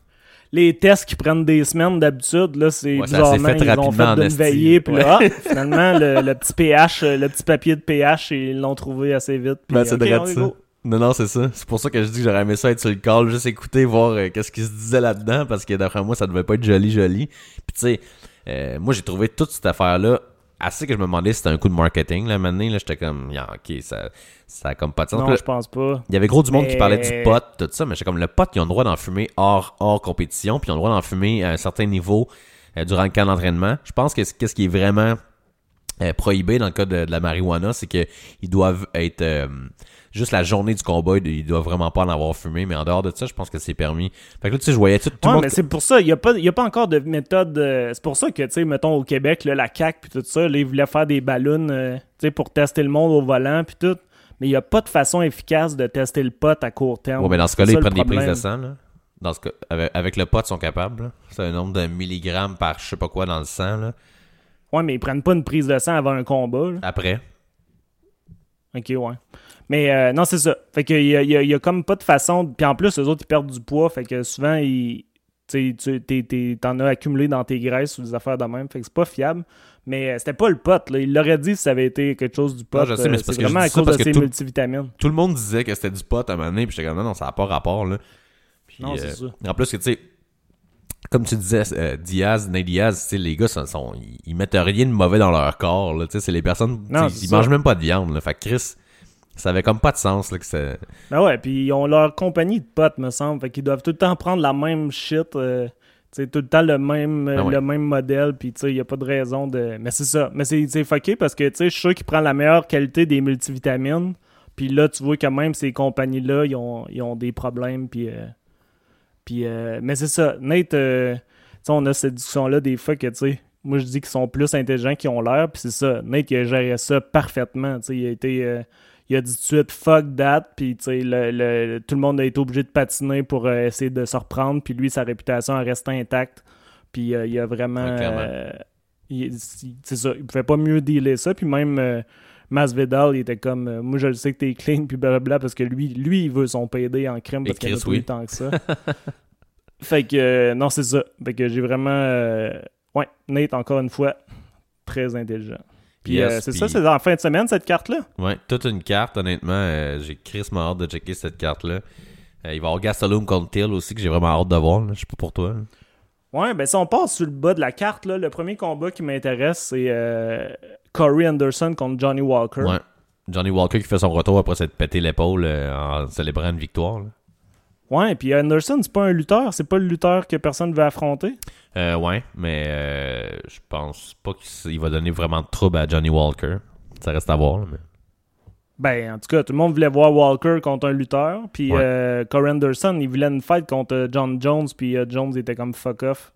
C: les tests qui prennent des semaines d'habitude, là, c'est bizarrement, ils ont fait d'une veillée, puis là, finalement, le petit pH, le petit papier de pH, ils l'ont trouvé assez vite. Puis,
A: c'est direct ça. Non, c'est ça. C'est pour ça que je dis que j'aurais aimé ça être sur le call, juste écouter, voir qu'est-ce qui se disait là-dedans, parce que d'après moi, ça devait pas être joli. Puis tu sais, moi, j'ai trouvé toute cette affaire-là assez que je me demandais si c'était un coup de marketing. Là, maintenant, là, j'étais comme, OK, ça a comme pas de sens.
C: Non, je pense pas.
A: Il y avait gros du monde qui parlait du pot, tout ça, mais j'étais comme, le pot, ils ont le droit d'en fumer hors compétition, puis ils ont le droit d'en fumer à un certain niveau durant le camp d'entraînement. Je pense que qu'est-ce qui est vraiment prohibé dans le cas de la marijuana, c'est qu'ils doivent être... juste la journée du combat, ils doivent vraiment pas en avoir fumé, mais en dehors de ça, je pense que c'est permis. Fait que là, tu sais, je voyais tout le monde...
C: mais c'est pour ça, il y a pas encore de méthode... c'est pour ça que, tu sais, mettons, au Québec, là, la CAQ puis tout ça, là, ils voulaient faire des ballons, tu sais, pour tester le monde au volant puis tout, mais il y a pas de façon efficace de tester le pot à court terme.
A: Ouais, mais dans ce cas-là, ils prennent des prises de sang, là. Dans ce cas, avec le pot, ils sont capables, là. C'est un nombre de milligrammes par je sais pas quoi dans le sang, là.
C: Ouais, mais ils prennent pas une prise de sang avant un combat, là.
A: Après.
C: OK, ouais. Mais non, c'est ça. Fait qu'il y a comme pas de façon... Puis en plus, eux autres, ils perdent du poids. Fait que souvent, t'en as accumulé dans tes graisses ou des affaires de même. Fait que c'est pas fiable. Mais c'était pas le pot, là. Il l'aurait dit si ça avait été quelque chose du pot.
A: Non, je sais, mais c'est parce que
C: vraiment à cause de ses multivitamines.
A: Tout le monde disait que c'était du pot à un moment donné. Puis j'étais comme, non, ça n'a pas rapport, là. Puis,
C: non, c'est ça.
A: En plus, que tu sais... Comme tu disais, Nate Diaz, les gars, ils mettent rien de mauvais dans leur corps. Là, c'est les personnes, ils mangent même pas de viande. Là, fait que Chris, ça avait comme pas de sens. Là, que c'est...
C: Ben ouais, puis ils ont leur compagnie de potes, me semble. Fait qu'ils doivent tout le temps prendre la même shit. Tout le temps le même modèle. Puis il n'y a pas de raison de... Mais c'est ça. Mais c'est fucké parce que je suis sûr qu'ils prennent la meilleure qualité des multivitamines. Puis là, tu vois quand même ces compagnies-là, ils ont des problèmes. Mais c'est ça, Nate, on a cette discussion-là des fois que, moi je dis qu'ils sont plus intelligents qu'ils ont l'air, puis c'est ça, Nate il a géré ça parfaitement, il a été, il a dit tout de suite « fuck that », puis tout le monde a été obligé de patiner pour essayer de se reprendre, puis lui, sa réputation a resté intacte, puis il a vraiment... c'est ça, il pouvait pas mieux dealer ça, puis même... Masvidal, il était comme moi je le sais que t'es clean puis blablabla parce que lui il veut son PD en crime parce qu'il a pas eu tant que ça. Fait que non, c'est ça. Fait que j'ai vraiment Nate encore une fois très intelligent. Puis ça, c'est en fin de semaine cette carte là.
A: Ouais, toute une carte honnêtement, j'ai crissement hâte de checker cette carte là. Il va y avoir Gastelum contre Till aussi que j'ai vraiment hâte de voir, là. Je sais pas pour toi. Là.
C: Ouais, ben si on passe sur le bas de la carte là, le premier combat qui m'intéresse c'est Corey Anderson contre Johnny Walker.
A: Ouais. Johnny Walker qui fait son retour après s'être pété l'épaule en célébrant une victoire. Là.
C: Ouais, puis Anderson, c'est pas un lutteur. C'est pas le lutteur que personne veut affronter.
A: Ouais, mais je pense pas qu'il va donner vraiment de trouble à Johnny Walker. Ça reste à voir. Là, mais...
C: Ben, en tout cas, tout le monde voulait voir Walker contre un lutteur. Puis Corey Anderson, il voulait une fight contre John Jones. Puis Jones était comme fuck off.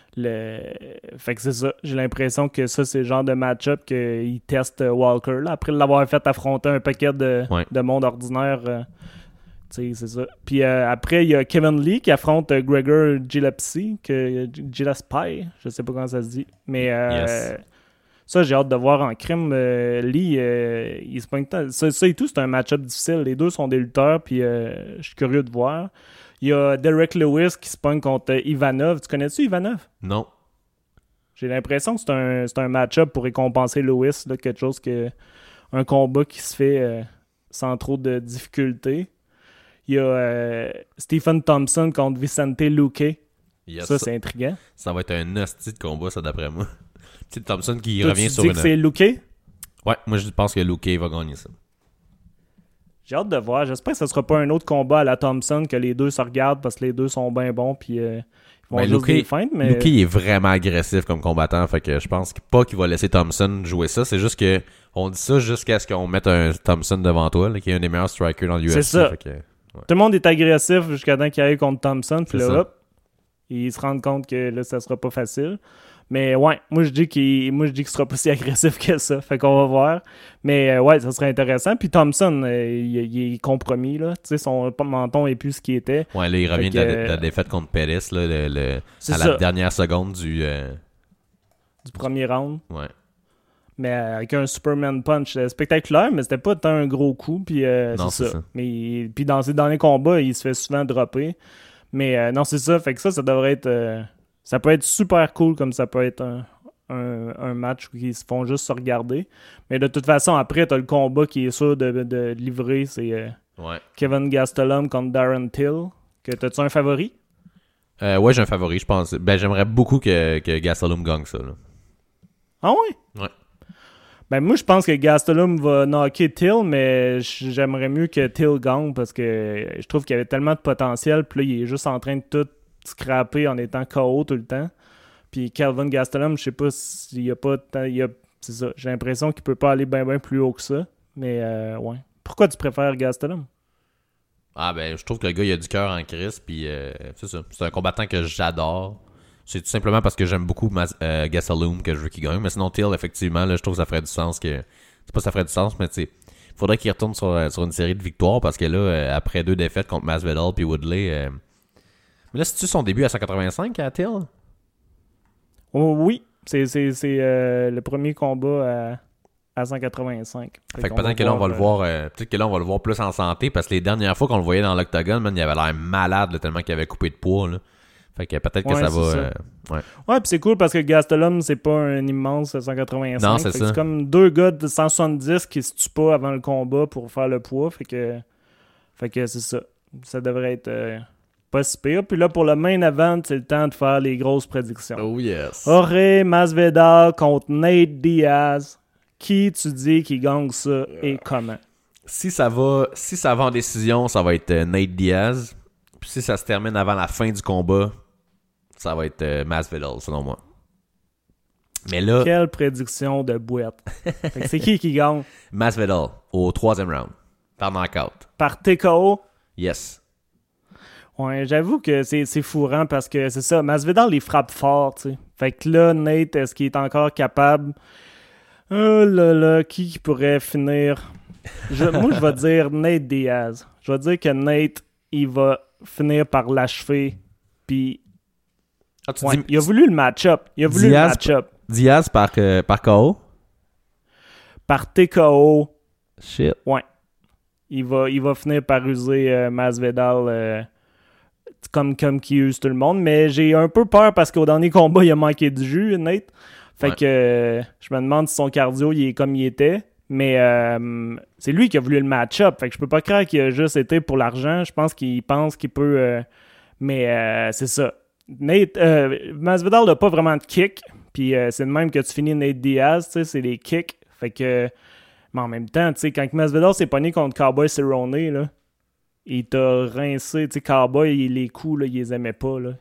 C: Fait que c'est ça. J'ai l'impression que ça, c'est le genre de match-up qu'il teste Walker. Là, après l'avoir fait affronter un paquet de monde ordinaire. C'est ça. Puis après, il y a Kevin Lee qui affronte Gregor Gillespie. Gillespie, je sais pas comment ça se dit. Mais ça, j'ai hâte de voir en crime. Lee, il se pointe. Ça et tout, c'est un match-up difficile. Les deux sont des lutteurs. Puis je suis curieux de voir. Il y a Derek Lewis qui se pogne contre Ivanov. Tu connais-tu Ivanov?
A: Non.
C: J'ai l'impression que c'est un match-up pour récompenser Lewis. Là, quelque chose un combat qui se fait sans trop de difficultés. Il y a Stephen Thompson contre Vicente Luque. Ça, c'est intriguant.
A: Ça va être un hostie de combat, ça, d'après moi. C'est Thompson qui revient sur
C: une... Tu dis que c'est Luque?
A: Ouais, moi, je pense que Luque va gagner ça.
C: J'ai hâte de voir. J'espère que ce sera pas un autre combat à la Thompson, que les deux se regardent parce que les deux sont bien bons puis ils vont juste des feintes. Mais
A: Luque est vraiment agressif comme combattant, fait que je pense pas qu'il va laisser Thompson jouer ça. C'est juste que on dit ça jusqu'à ce qu'on mette un Thompson devant toi, là, qui est un des meilleurs strikers dans l'UFC.
C: C'est ça.
A: Fait que,
C: tout le monde est agressif jusqu'à temps qu'il arrive contre Thompson, puis là, hop, ils se rendent compte que là, ça sera pas facile. Mais ouais, moi je dis qu'il sera pas si agressif que ça. Fait qu'on va voir. Mais ouais, ça serait intéressant. Puis Thompson, il est compromis, là. Tu sais, son menton est plus ce qu'il était.
A: Ouais, là, il revient de la défaite contre Pettis, là, la dernière seconde du
C: premier round.
A: Ouais.
C: Mais avec un Superman Punch spectaculaire, mais c'était pas tant un gros coup. Puis
A: non, c'est ça.
C: Mais puis dans ses derniers combats, il se fait souvent dropper. Mais non, c'est ça. Fait que ça devrait être... ça peut être super cool comme ça peut être un match où ils se font juste se regarder. Mais de toute façon, après, t'as le combat qui est sûr de livrer. C'est Kevin Gastelum contre Darren Till. T'as-tu un favori?
A: Ouais, j'ai un favori, je pense. Ben, j'aimerais beaucoup que Gastelum gagne ça. Là.
C: Ah ouais?
A: Ouais.
C: Ben, moi, je pense que Gastelum va knocker Till, mais j'aimerais mieux que Till gagne parce que je trouve qu'il y avait tellement de potentiel. Puis là, il est juste en train de tout scraper en étant KO tout le temps. Puis Kelvin Gastelum, je sais pas s'il y a pas... c'est ça. J'ai l'impression qu'il peut pas aller bien plus haut que ça. Mais ouais. Pourquoi tu préfères Gastelum?
A: Ah ben, je trouve que le gars, il a du cœur en crise, puis c'est ça. C'est un combattant que j'adore. C'est tout simplement parce que j'aime beaucoup Gastelum que je veux qu'il gagne. Mais sinon, Till, effectivement, là, je trouve que ça ferait du sens que... C'est pas que ça ferait du sens, mais tu sais, faudrait qu'il retourne sur une série de victoires parce que là, après 2 défaites contre Masvidal puis Woodley... Mais là, c'est-tu son début à 185 à Till?
C: Oh, oui. C'est le premier combat à 185.
A: Fait que peut-être que là, on va le voir. Peut-être que là, on va le voir plus en santé parce que les dernières fois qu'on le voyait dans l'octogone, man, il avait l'air malade là, tellement qu'il avait coupé de poids. Là. Fait que peut-être que ça va.
C: Ouais, puis c'est cool parce que Gastelum, c'est pas un immense 185.
A: Non, c'est ça.
C: C'est comme 2 gars de 170 qui se tuent pas avant le combat pour faire le poids. Fait que c'est ça. Ça devrait être pas si pire. Puis là, pour le main event, c'est le temps de faire les grosses prédictions.
A: Oh yes.
C: Jorge Masvidal contre Nate Diaz. Qui tu dis qui gagne ça et comment?
A: Si ça va en décision, ça va être Nate Diaz. Puis si ça se termine avant la fin du combat, ça va être Masvidal, selon moi. Mais là...
C: Quelle prédiction de boîte. C'est qui gagne?
A: Masvidal, au 3e round. Par knockout.
C: Par TKO?
A: Yes.
C: Ouais, j'avoue que c'est fourrant parce que c'est ça. Masvidal, il frappe fort, tu sais. Fait que là, Nate, est-ce qu'il est encore capable... Oh là là, qui pourrait finir? Moi, je vais dire Nate Diaz. Je vais dire que Nate, il va finir par l'achever. Puis, il a voulu le match-up.
A: Diaz par KO?
C: Par TKO.
A: Shit.
C: Ouais. Il va finir par user Masvidal comme qu'il use tout le monde. Mais j'ai un peu peur parce qu'au dernier combat, il a manqué de jus, Nate. Fait que je me demande si son cardio il est comme il était. Mais c'est lui qui a voulu le match-up. Fait que je peux pas croire qu'il a juste été pour l'argent. Je pense qu'il pense qu'il peut... mais c'est ça. Masvidal n'a pas vraiment de kick. Puis c'est de même que tu finis Nate Diaz. Tu sais, c'est les kicks. Fait que... Mais en même temps, tu sais, quand Masvidal s'est pogné contre Cowboy Cerrone, là, il t'a rincé. Tu sais, Cowboy, les coups, là, il les aimait pas. Là.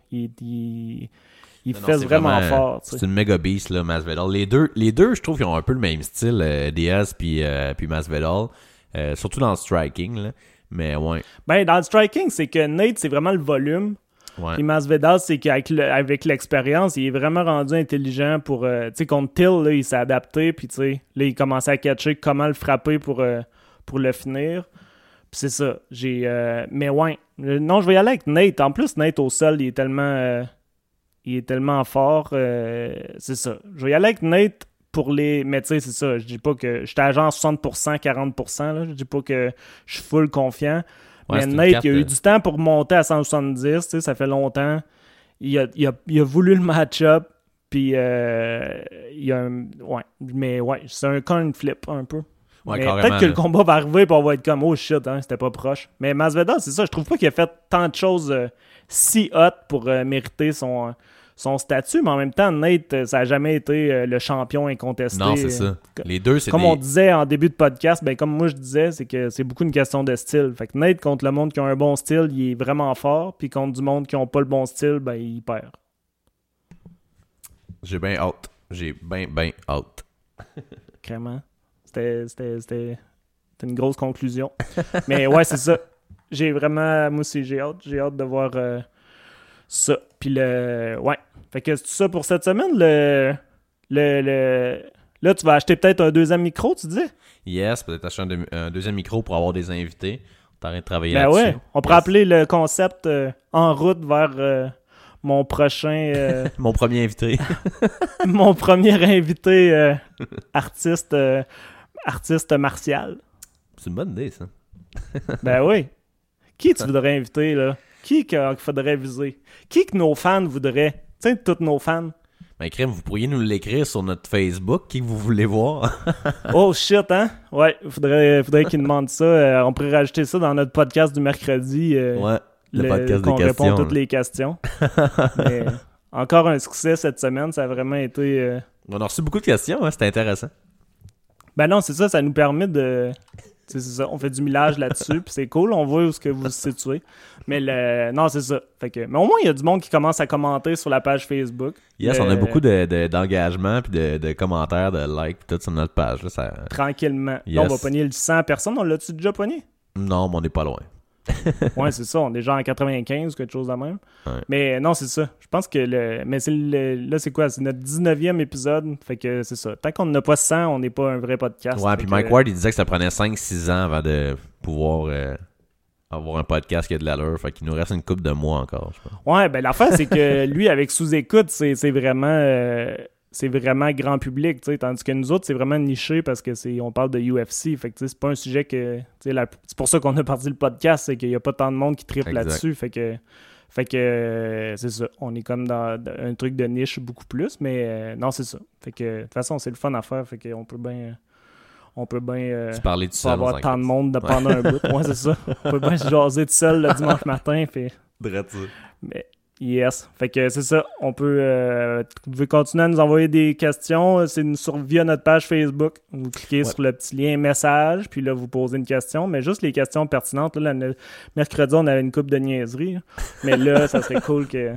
C: Il fesse vraiment fort. T'sais.
A: C'est une méga beast, là, Masvidal. Les deux, je trouve qu'ils ont un peu le même style, Diaz puis Masvidal. Surtout dans le striking, là. Mais ouais.
C: Ben, dans le striking, c'est que Nate, c'est vraiment le volume.
A: Ouais.
C: Puis Masvidal, c'est qu'avec l'expérience, il est vraiment rendu intelligent pour... tu sais, contre Till, là, il s'est adapté. Puis, tu sais, là, il commençait à catcher comment le frapper pour le finir. Puis c'est ça. Mais ouais. Non, je vais y aller avec Nate. En plus, Nate au sol, il est tellement fort. C'est ça. Je vais y aller avec Nate pour les... Mais tu sais, c'est ça. Je dis pas que... J'étais à genre 60%, 40%. Là. Je dis pas que je suis full confiant. Ouais, mais Nate, il a eu du temps pour monter à 170. Tu sais, ça fait longtemps. Il a voulu le match-up. Puis, il a un... Ouais. Mais ouais, c'est un coin flip, un peu.
A: Ouais,
C: mais peut-être que le combat va arriver et on va être comme « Oh shit, hein, c'était pas proche. » Mais Masvidal, c'est ça. Je trouve pas qu'il a fait tant de choses si hot pour mériter son statut. Mais en même temps, Nate, ça a jamais été le champion incontesté.
A: Non, c'est ça. Les deux, c'est
C: comme on disait en début de podcast, ben comme moi je disais, c'est que c'est beaucoup une question de style. Fait que Nate, contre le monde qui a un bon style, il est vraiment fort. Puis contre du monde qui n'a pas le bon style, ben il perd.
A: J'ai bien hâte. J'ai bien hâte.
C: Vraiment. C'était une grosse conclusion. Mais ouais, c'est ça. Moi aussi, j'ai hâte. J'ai hâte de voir ça. Puis ouais. Fait que c'est ça pour cette semaine. Là, tu vas acheter peut-être un deuxième micro, tu disais?
A: Yes, peut-être acheter un deuxième micro pour avoir des invités. On t'arrête de travailler
C: ben
A: là-dessus.
C: Ouais, on pourrait appeler le concept en route vers mon prochain...
A: Mon premier invité.
C: Mon premier invité artiste martial.
A: C'est une bonne idée, ça.
C: Ben oui. Qui tu voudrais inviter, là? Qui qu'il faudrait viser? Qui que nos fans voudraient? Tu sais, tous nos fans.
A: Ben, crème, vous pourriez nous l'écrire sur notre Facebook, qui vous voulez voir.
C: Oh shit, hein? Ouais, faudrait qu'ils demandent ça. On pourrait rajouter ça dans notre podcast du mercredi.
A: Ouais, le podcast
C: qu'on
A: des questions.
C: répond toutes les questions. Mais, encore un succès cette semaine, ça a vraiment été...
A: On a reçu beaucoup de questions, hein, c'était intéressant.
C: Ben non, c'est ça nous permet de... C'est ça, on fait du millage là-dessus, puis c'est cool, on voit où est-ce que vous vous situez. Mais non, c'est ça. Mais au moins, il y a du monde qui commence à commenter sur la page Facebook.
A: Yes, on a beaucoup d'engagement, puis de commentaires, de likes, puis tout sur notre page. Là, ça...
C: Tranquillement.
A: Yes.
C: Là, on va pogner le 100 personnes. On l'a-tu déjà pogné?
A: Non, mais on n'est pas loin.
C: Ouais, c'est ça. On est déjà en 95 ou quelque chose de même.
A: Ouais.
C: Mais non, c'est ça. Je pense que Mais là, c'est quoi? C'est notre 19e épisode. Fait que c'est ça. Tant qu'on n'a pas 100, on n'est pas un vrai podcast.
A: Ouais, puis Mike Ward, il disait que ça prenait 5-6 ans avant de pouvoir avoir un podcast qui a de l'allure. Fait qu'il nous reste une couple de mois encore, je pense.
C: Ouais, ben l'affaire, c'est que lui, avec sous-écoute, c'est vraiment... c'est vraiment grand public, tu sais, tandis que nous autres, c'est vraiment niché parce que on parle de UFC, fait que c'est pas un sujet que, c'est pour ça qu'on a parti le podcast, c'est qu'il y a pas tant de monde qui triple là-dessus, fait que c'est ça, on est comme dans un truc de niche beaucoup plus, mais non, c'est ça, fait que de toute façon, c'est le fun à faire, fait qu'on peut bien
A: parler tout seul,
C: avoir tant de monde pendant un bout, ouais, c'est ça, on peut bien se jaser tout seul le dimanche matin, fait... Mais yes. Fait que c'est ça. On peut... vous pouvez continuer à nous envoyer des questions. C'est via notre page Facebook. Vous cliquez sur le petit lien message, puis là, vous posez une question. Mais juste les questions pertinentes. Là, mercredi, on avait une couple de niaiseries. Là. Mais là, ça serait cool qu'on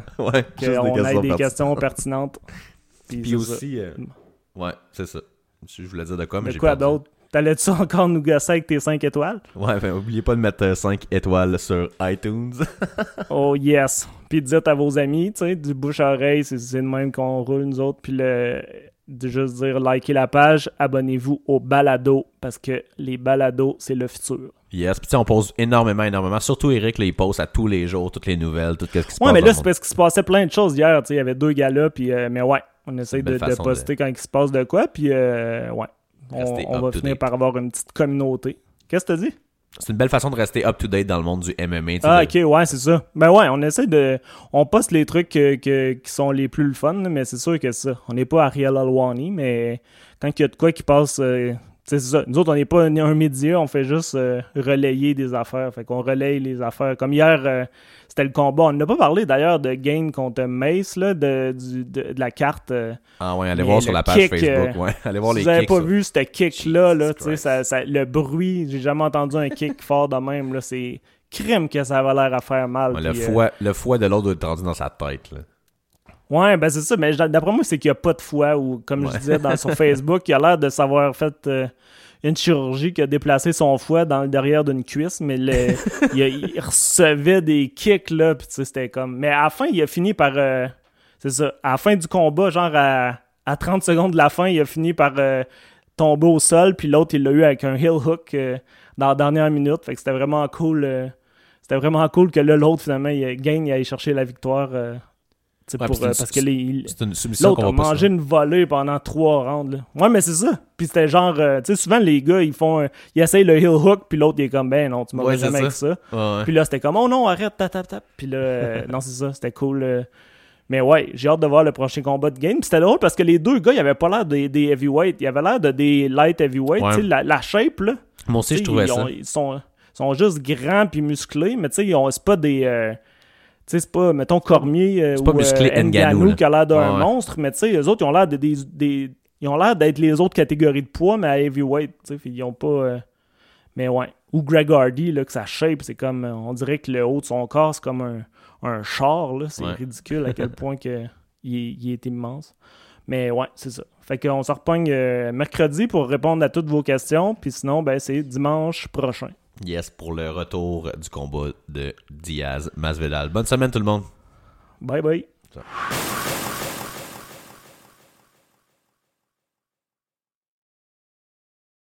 C: ait des questions pertinentes.
A: Puis aussi... ouais, c'est ça. Je voulais dire de quoi, mais
C: de quoi d'autre? T'allais-tu encore nous gosser avec tes 5 étoiles?
A: Ouais, ben oubliez pas de mettre 5 étoiles sur iTunes.
C: Oh yes! Puis dites à vos amis, tu sais, du bouche à oreille, c'est de même qu'on roule nous autres. Puis de juste dire likez la page, abonnez-vous au balado, parce que les balados, c'est le futur.
A: Yes, puis on pose énormément. Surtout Eric, là, il poste à tous les jours, toutes les nouvelles, tout ce qui se passe.
C: Ouais, mais là, c'est parce qu'il se passait plein de choses hier, tu sais, il y avait 2 gars-là, puis mais ouais, on essaie de poster quand il se passe de quoi, puis ouais. On va finir par avoir une petite communauté. Qu'est-ce que t'as dit?
A: C'est une belle façon de rester up-to-date dans le monde du MMA.
C: Ah, ok, ouais, c'est ça. Ben ouais, on essaie de... On poste les trucs qui sont les plus le fun, mais c'est sûr que ça. On n'est pas Ariel Alwani, mais quand il y a de quoi qui passe... c'est ça. Nous autres, on n'est pas un média, on fait juste relayer des affaires. Fait qu'on relaye les affaires. Comme hier, c'était le combat. On n'a pas parlé d'ailleurs de Game contre Mace, là, de la carte.
A: Ah ouais, allez voir sur la page
C: kick,
A: Facebook. Ouais. Allez voir les
C: kicks. Vous n'avez pas
A: ça.
C: vu ce kick-là, là, le bruit, j'ai jamais entendu un kick fort de même. Là, c'est crime que ça avait l'air à faire mal.
A: Ouais,
C: puis,
A: le foie de l'autre doit être rendu dans sa tête. Là.
C: Ouais, ben c'est ça, mais d'après moi, c'est qu'il n'y a pas de foie, ou comme je disais sur Facebook, il a l'air de savoir fait une chirurgie qui a déplacé son foie dans le derrière d'une cuisse, mais il recevait des kicks, là, puis tu sais, c'était comme... Mais à la fin, il a fini par... c'est ça, à la fin du combat, genre à 30 secondes de la fin, il a fini par tomber au sol, puis l'autre, il l'a eu avec un heel hook dans la dernière minute, fait que c'était vraiment cool. C'était vraiment cool que là, l'autre, finalement, il aille chercher la victoire... parce que
A: c'est une submission
C: l'autre a mangé une volée pendant 3 rounds. Là. Ouais, mais c'est ça. Puis c'était genre, tu sais, souvent les gars, ils essayent le heel hook, puis l'autre, il est comme, ben non, tu m'aurais jamais avec ça.
A: Ouais.
C: Puis là, c'était comme, oh non, arrête, tap. Puis là, non, c'est ça, c'était cool. Mais ouais, j'ai hâte de voir le prochain combat de Game. Puis c'était drôle parce que les deux gars, ils avaient pas l'air des heavyweights. Ils avaient l'air de des light heavyweights. Tu sais, la shape, là.
A: Moi aussi, je trouvais ça.
C: Ils sont juste grands puis musclés, mais tu sais, c'est pas des... Tu sais, c'est pas, mettons, Cormier
A: ou
C: Ngannou qui a l'air d'un monstre, mais tu sais, eux autres, ils ont l'air ils ont l'air d'être les autres catégories de poids, mais à heavyweight, tu sais, ils ont pas... Mais ouais. Ou Greg Hardy, là, que sa shape, c'est comme... On dirait que le haut de son corps, c'est comme un char, là. C'est ridicule à quel point il est immense. Mais ouais, c'est ça. Fait qu'on se repogne mercredi pour répondre à toutes vos questions, puis sinon, ben c'est dimanche prochain.
A: Yes, pour le retour du combat de Diaz Masvidal. Bonne semaine tout le monde.
C: Bye bye. Ciao.